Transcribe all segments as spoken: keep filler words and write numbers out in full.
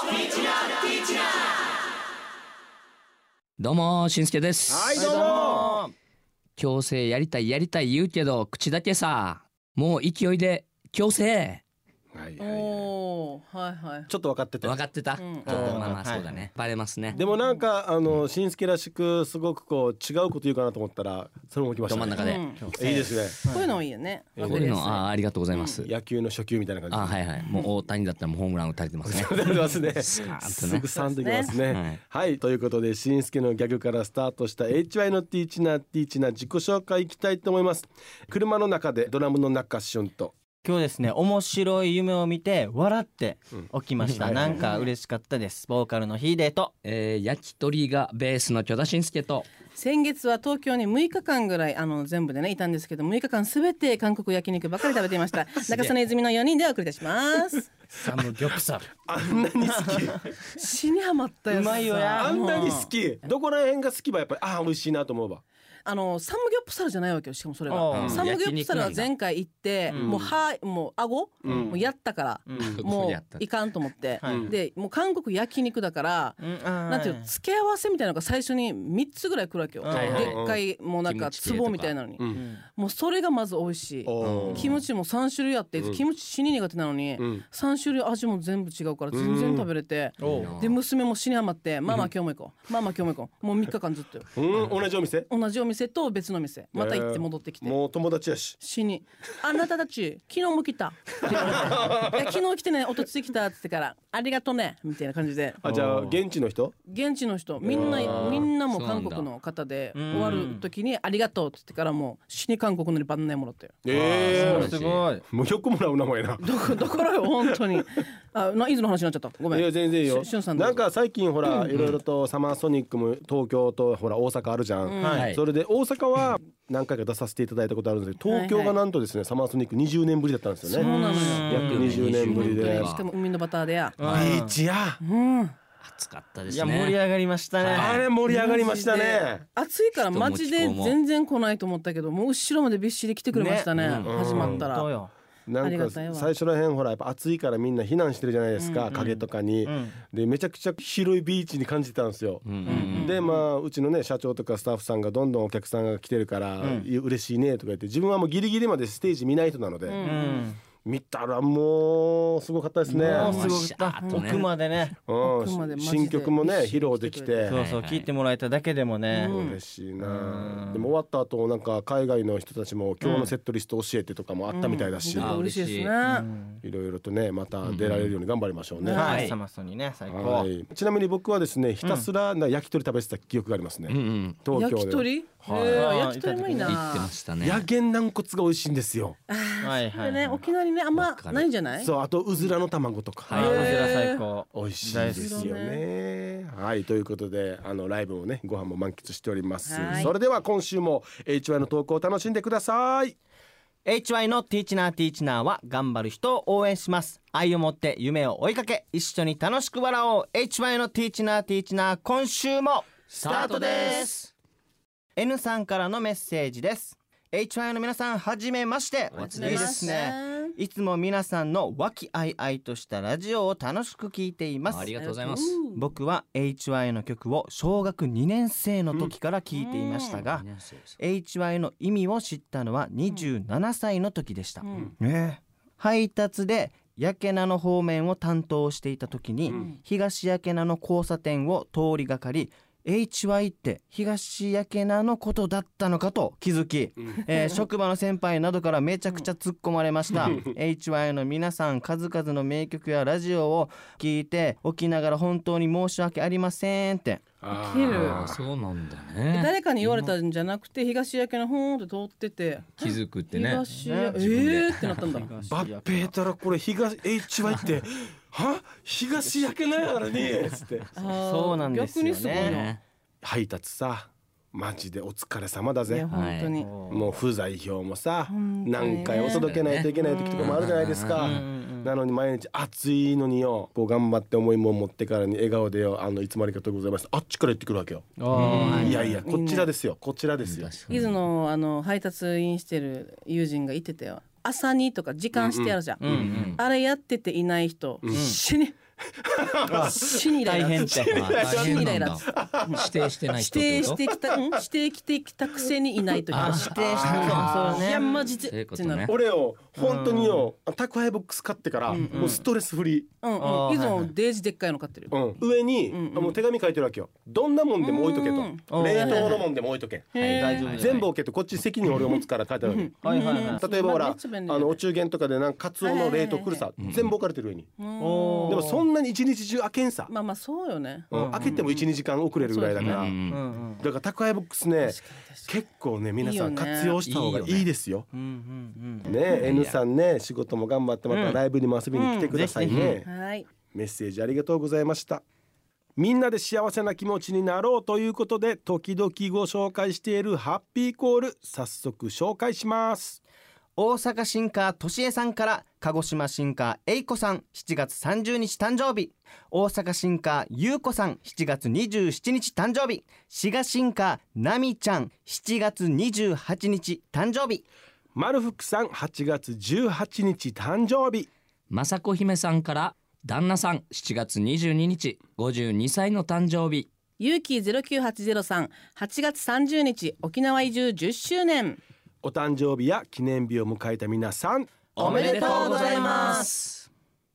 どうもしんすけです。 はいどうも。 強制やりたいやりたい言うけど口だけさ、もう勢いで強制。 はいはいはい、 おーはいはい。 ちょっと分かってた分かってた、 うんちょっとまあまあそうだね、バレますね。 でもなんかあのしんすけらしくすごくこう違うこと言うかなと思ったらそれも来ましたね。 ど真ん中で、 うんいいですね。 こういうのもいいよね。 うんこういうのあありがとうございます、 野球の初球みたいな感じ。 あはいはい、もう大谷だったらもうホームラン打たれてますね打たれてますね。 スカーンとねすぐさんときますね。 はいはい、ということでしんすけのギャグからスタートした エイチワイ のティーチナーティーチナー自己紹介いきたいと思います。車の中でドラムの中シュンと今日ですね、面白い夢を見て笑って起きました、 うんなんか嬉しかったです。ボーカルのヒーデーとえー、焼き鳥がベースの許田信介と、 先月は東京にむいかかんぐらいあの全部でねいたんですけど、むいかかんすべて韓国焼肉ばかり食べていました中曽根泉のよにんでお送りいたしますサムギョプサルあんなに好き死にハマったやつさ。 うまいよやあんなに好きどこら辺が好きばやっぱりああ美味しいなと思うば。 あのサムギョプサルじゃないわけよ。しかもそれが、 うんサムギョプサルは前回行って、 うんもうはもう顎、 うんもうやったから、 うんもやったういかんと思って、 はいでもう韓国焼肉だから、 ななんていうの付け合わせみたいなのが最初にみっつぐらい来るわけよ、 はいはいでっかいもうなんかキムチ系とか壺みたいなのに、 うんもうそれがまず美味しい。 おーキムチもさん種類あって、 うんキムチ死に苦手なのに、 うんさん種類味も全部違うから全然食べれて、 おうで娘も死にハマってママ今日も行こうママ今日も行こうもうみっかかんずっとようん同じお店同じお店と別の店また行って戻ってきて、 もう友達やし死にあなたたち昨日も来たって言われていや昨日来てねおとつい来たって言ってからありがとねみたいな感じで、 あじゃあ現地の人現地の人みんなあーみんなもそうなんだ韓国の方でうん終わる時にありがとうって言ってからもう死に韓国のにバンナイもらったよ。 ええすごい。 もうよくもらう名前な。 だからだからよ本当にあな伊豆の話になっちゃったごめん。 いや全然いいよししゅんさんどうぞなんか最近ほらいろいろとサマーソニックも東京とほら大阪あるじゃん、 うんはいそれで大阪は何回か出させていただいたことあるんですけど東京がなんとですねサマーソニックにじゅうねんぶりだったんですよね。 そうなのよ。 約にじゅうねんぶりでしかも海のバターでや。 ビーチやうん。 暑かったですいやね。 盛り上がりましたね。 あれ盛り上がりましたね。 暑いからマジで全然来ないと思ったけどもう後ろまでびっしり来てくれましたねねうん始まったら。 どうよ。 なんかありがたいわ最初らへんほらやっぱ暑いからみんな避難してるじゃないですか、 うん影とかに、 うんでめちゃくちゃ広いビーチに感じてたんですよ。 うんうんでまあうちのね社長とかスタッフさんがどんどんお客さんが来てるから、 うんいや嬉しいねとか言って自分はもうギリギリまでステージ見ない人なので、 うんうん。 見たらもうすごかったですね。 もうすごかっシャーた。 っとね奥までね。 奥までうん、 マジで新曲もね披露できて、 そうそう聞いてもらえただけでもね。 うん嬉しいな、 うんでも終わった後なんか海外の人たちも今日のセットリスト教えてとかもあったみたいだし、 うん本当嬉しいですね。 うんいろいろとねまた出られるように頑張りましょうね。 うんは。 はいいサマソニね最高。 はいちなみに僕はですねひたすらな焼き鳥食べてた記憶がありますね、 うんうん東京で焼き鳥？ はいへー焼き鳥もいいな。 言ってましたね。 野源軟骨が美味しいんですよ。 はいはい。 これね沖縄にねあんまわかるないんじゃない？ そうあとうずらの卵とか、 はい。 へーこちら最高。 美味しいですよね。はいということであのライブをねご飯も満喫しております。 はいそれでは今週も エイチワイ の投稿を楽しんでください。 エイチワイ のティーチナーティーチナーは頑張る人を応援します。愛を持って夢を追いかけ一緒に楽しく笑おう。 エイチワイ のティーチナーティーチナー今週もスタートです。 N さんからのメッセージです。 エイチワイ の皆さんはじめまして。 はじいいですね。いつも皆さんの和気あいあいとしたラジオを楽しく聞いていますあり。がとうございます。 僕は エイチワイ の曲を小学にねん生の時から聞いていましたが、 にねん生です。 エイチワイ の意味を知ったのはにじゅうななさいの時でした、 うんねえ配達で焼け名の方面を担当していた時に、 ん東焼け名の交差点を通りがかり エイチワイ って東焼け名のことだったのかと気づき、えー職場の先輩などからめちゃくちゃ突っ込まれました。エイチワイ の皆さん数々の名曲やラジオを聞いておきながら本当に申し訳ありませんって。 あ切るあそうなんだえね。 誰かに言われたんじゃなくて東焼けのほーんって通ってて気づくってね。 東焼けえ自分でーってなったんだ。 バッペーたらこれ東 エイチワイ っては東焼けないからねつってあーそうなんですよね逆にすごいな。 ね配達さマジでお疲れ様だぜいや。本当に。 もう不在票もさ本当にね何回お届けないといけない時とかもあるじゃないですか。 うんうんうんなのに毎日暑いのによこう頑張って重いもん持ってからに笑顔でよあのいつもありがとうございますあっちから言ってくるわけよ。 はいいやいやこちらですよこちらですよ。 伊豆のあの配達員してる友人が言ってたよ。朝にとか時間してあるじゃん。 うんうんあれやってていない人、 うん死に死にイライラ大変ってあ大変なんだ死にイ指定してない指人ってこと定してきた、うん、指定してきたくせにいないというあか指定してあーそういやね。 マジでそういうことねってなる。 俺よ本当によ宅配ボックス買ってからうんうんもうストレスフリー、 うんあうん、いつーはいはいもデージでっかいの買ってるよ。 うん、上に、 うんうんもう手紙書いてるわけよ。どんなもんでも置いとけと、 うんうん冷凍のもんでも置いとけ、 へー大丈夫です全部置けとこっち責任俺を持つから書いてあるわけ、 はいはいはい。 例えばほら、 めっちゃ便利あのお中元とかでなんかカツオの冷凍来るさ、 いはい全部置かれてる上に、 おーでもそんなに一日中開けんさ、 まあまあそうよね。 うん開けてもいちにじかん遅れるぐらいだから、 うんうんうんだから宅配ボックスね結構ね皆さん活用した方がいいですよ。 うんうんうん。 ね N さんね仕事も頑張ってまたライブにも遊びに来てくださいね、 うんはい。 メッセージありがとうございました。みんなで幸せな気持ちになろうということで時々ご紹介しているハッピーコール早速紹介します。 大阪シンカーとしえさんから鹿児島シンカーえいこさんしちがつさんじゅうにち誕生日、大阪シンカーゆうこさんしちがつにじゅうしちにち誕生日、滋賀シンカーなみちゃんしちがつにじゅうはちにち誕生日、 まるふくさんはちがつじゅうはちにち誕生日、 雅子姫さんから旦那さんしちがつにじゅうににちごじゅうにさいの誕生日、 ゆうきゼロきゅうはちゼロさんはちがつさんじゅうにち沖縄移住じゅっしゅうねん。 お誕生日や記念日を迎えた皆さんおめでとうございます。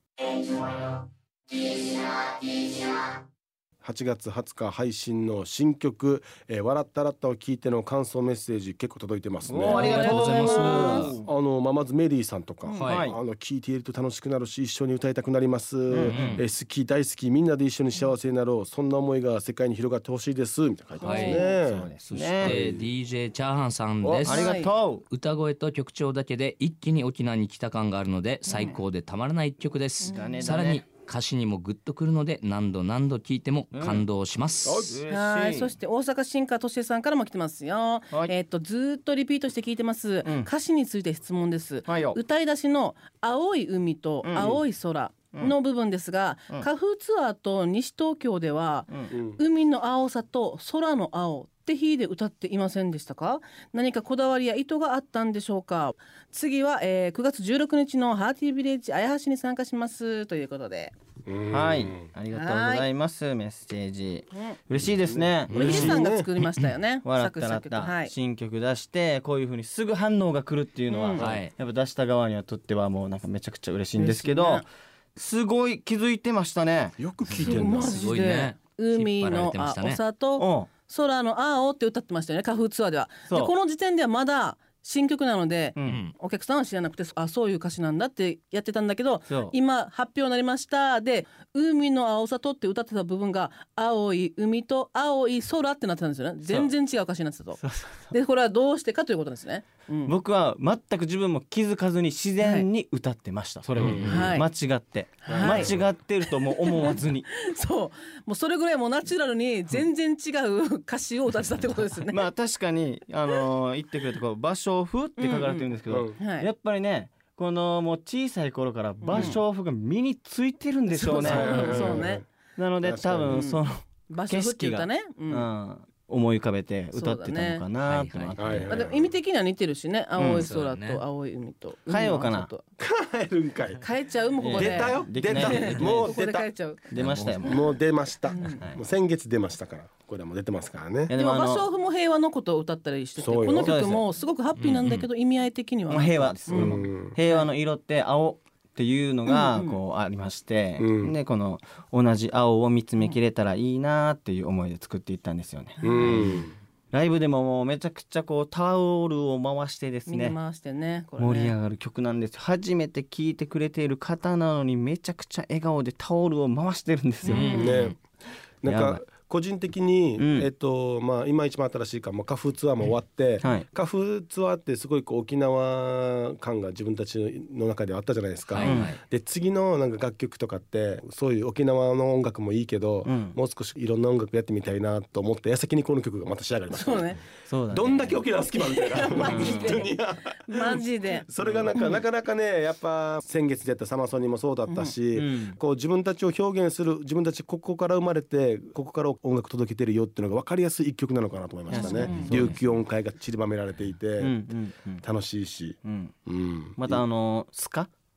はちがつはつか配信の新曲、えー、笑ったらったを聞いての感想メッセージ結構届いてますね。 おーありがとうございます。 あの、まあ、まずメリーさんとか、 はいあの聞いていると楽しくなるし一緒に歌いたくなります、 んえー好き大好きみんなで一緒に幸せになろうそんな思いが世界に広がってほしいですみたいな書いてますね、 はいそうですそしね。 て ディージェー チャーハンさんですありがと歌声と曲調だけで一気に沖縄に来た感があるので最高でたまらない一曲です、 だねさらに歌詞にもグッとくるので何度何度聞いても感動します、 う。 はい、そして大阪新華としえさんからも来てますよ。 はいえっ、とずーっとリピートして聞いてます、 ん歌詞について質問です。 はいよ。 歌い出しの青い海と青い空の部分ですが、 うん花風ツアーと西東京では、 うん海の青さと空の青って日で歌っていませんでしたか？何かこだわりや意図があったんでしょうか？次は、えー、くがつじゅうろくにちのハーティービレッジ綾橋に参加しますということで、 うんはい、ありがとうございます。メッセージ嬉しいですね。 これヒデさんが作りましたよね。 笑ったらっ作詞作曲た、 はい。 新曲出してこういう風にすぐ反応が来るっていうのは、 うんはいやっぱ出した側にはとってはもうなんかめちゃくちゃ嬉しいんですけど、 嬉しいねすごい気づいてましたね。 よく聞いてんだマすごジで、 いね海引っ張られのてましたね青とうん空の青って歌ってましたよね、花風ツアーでは。でそうこの時点ではまだ新曲なので、 ううんんお客さんは知らなくて、あそういう歌詞なんだってやってたんだけど、 そう今発表になりましたで海の青さとって歌ってた部分が青い海と青い空ってなってたんですよね。全然違う歌詞になってたと。でこれはどうしてかということですね、うん僕は全く自分も気づかずに自然に歌ってました、それを、 はい間違って、 はい間違ってるとも思わずにそうもうそれぐらいもうナチュラルに全然違う歌詞を歌ってたってことですよね。 まあ確かに、あのー言ってくれたこう芭蕉風って書かれてるんですけど、 うんはいやっぱりねこのもう小さい頃から芭蕉風が身についてるんでしょうね、 そうそうねなので多分その、 場所振って言ったね、ううんん思い浮かべて歌ってたのかなと思って、 はいはいまあ、でも意味的には似てるしね、青い空そうだねと青い海と、 変えようかな海の青と帰るんかい。 変えちゃうもうここで出たよ出できないたもここう出たで変えちゃう。 出ましたよもう。 もう出ました、 はいもう先月出ましたからこれはもう出てますからね。 いやでも場でもあの所も平和のことを歌ったりしてて、 そうよこの曲もすごくハッピーなんだけど、意味合い的にはもう平和です、 うんこれも平和の色って青っていうのがうんうんこうありまして、 うんでこの同じ青を見つめきれたらいいなっていう思いで作っていったんですよね。 うんライブでももうめちゃくちゃこうタオルを回してですねみんな回してね、これね盛り上がる曲なんです。初めて聴いてくれている方なのにめちゃくちゃ笑顔でタオルを回してるんですよ、 うんねなんやばいか個人的に、 うんえっとまあ今一番新しいかもう花風ツアーも終わって、 はい花風ツアーってすごいこう沖縄感が自分たちの中であったじゃないですか、 はいはいで次のなんか楽曲とかってそういう沖縄の音楽もいいけど、 うんもう少しいろんな音楽やってみたいなと思って矢先にこの曲がまた仕上がりました、 そうねそうだねどんだけ沖縄好きなんみたいなマジで本当にマジでそれがなんかなかなかねやっぱ先月でやったサマソニもそうだったし、 うんこう自分たちを表現する自分たちここから生まれてここから音楽届けてるよっていうのが分かりやすい一曲なのかなと思いましたね、 うん琉球音階が散りばめられていて、 うんうんうん楽しいし、 うんうん、 またあのスカ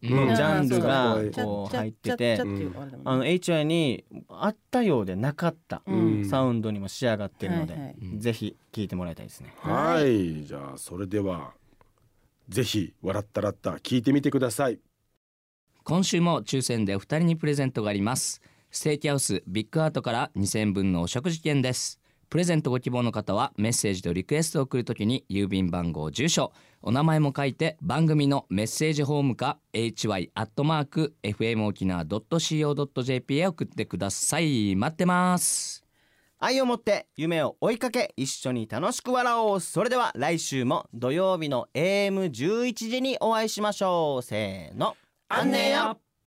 うんジャンルがあーそうこうチャッ入っててチャッチャッチャっていうあれだもんねあの エイチワイ にあったようでなかったうんサウンドにも仕上がってるので、 はいはいぜひ聴いてもらいたいですね。 はい、じゃあそれではぜひ笑ったらった聞いてみてください。 今週も抽選でお二人にプレゼントがあります。ステーキハウスビッグアートからにせんぶんのお食事券です。プレゼントご希望の方はメッセージとリクエストを送るときに郵便番号住所お名前も書いて番組のメッセージホームか エイチワイ アットマーク エフエム 沖縄 ドット シーオー ドット ジェーピー へ送ってください。待ってます。 愛を持って夢を追いかけ一緒に楽しく笑おう。それでは来週も土曜日の エーエムじゅういち 時にお会いしましょう。せーの、 あんねよ。